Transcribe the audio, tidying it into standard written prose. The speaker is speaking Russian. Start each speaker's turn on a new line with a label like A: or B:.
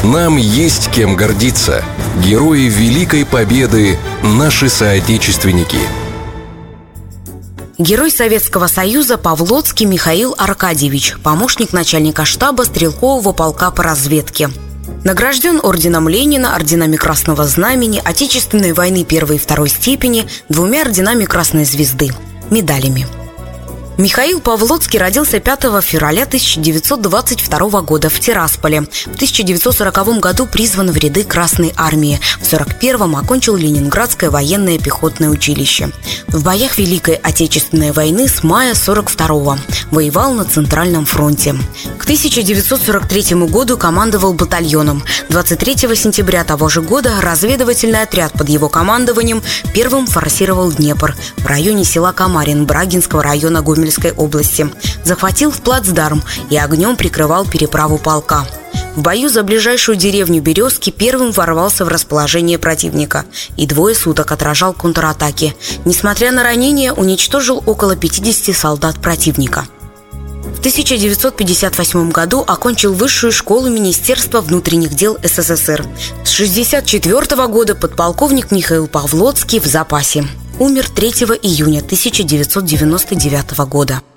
A: Нам есть кем гордиться. Герои Великой Победы – наши соотечественники.
B: Герой Советского Союза Павлоцкий Михаил Аркадьевич, помощник начальника штаба стрелкового полка по разведке. Награжден орденом Ленина, орденами Красного Знамени, Отечественной войны первой и второй степени, 2 орденами Красной Звезды, медалями. Михаил Павлоцкий родился 5 февраля 1922 года в Тирасполе. В 1940 году призван в ряды Красной армии. В 1941 окончил Ленинградское военное пехотное училище. В боях Великой Отечественной войны с мая 1942 воевал на Центральном фронте. К 1943 году командовал батальоном. 23 сентября того же года разведывательный отряд под его командованием первым форсировал Днепр в районе села Камарин Брагинского района Гомельской области. Захватил в плацдарм и огнем прикрывал переправу полка. В бою за ближайшую деревню Березки первым ворвался в расположение противника и 2 суток отражал контратаки. Несмотря на ранения, уничтожил около 50 солдат противника. В 1958 году окончил Высшую школу Министерства внутренних дел СССР. С 1964 года подполковник Михаил Павлоцкий в запасе. Умер 3 июня 1999 года.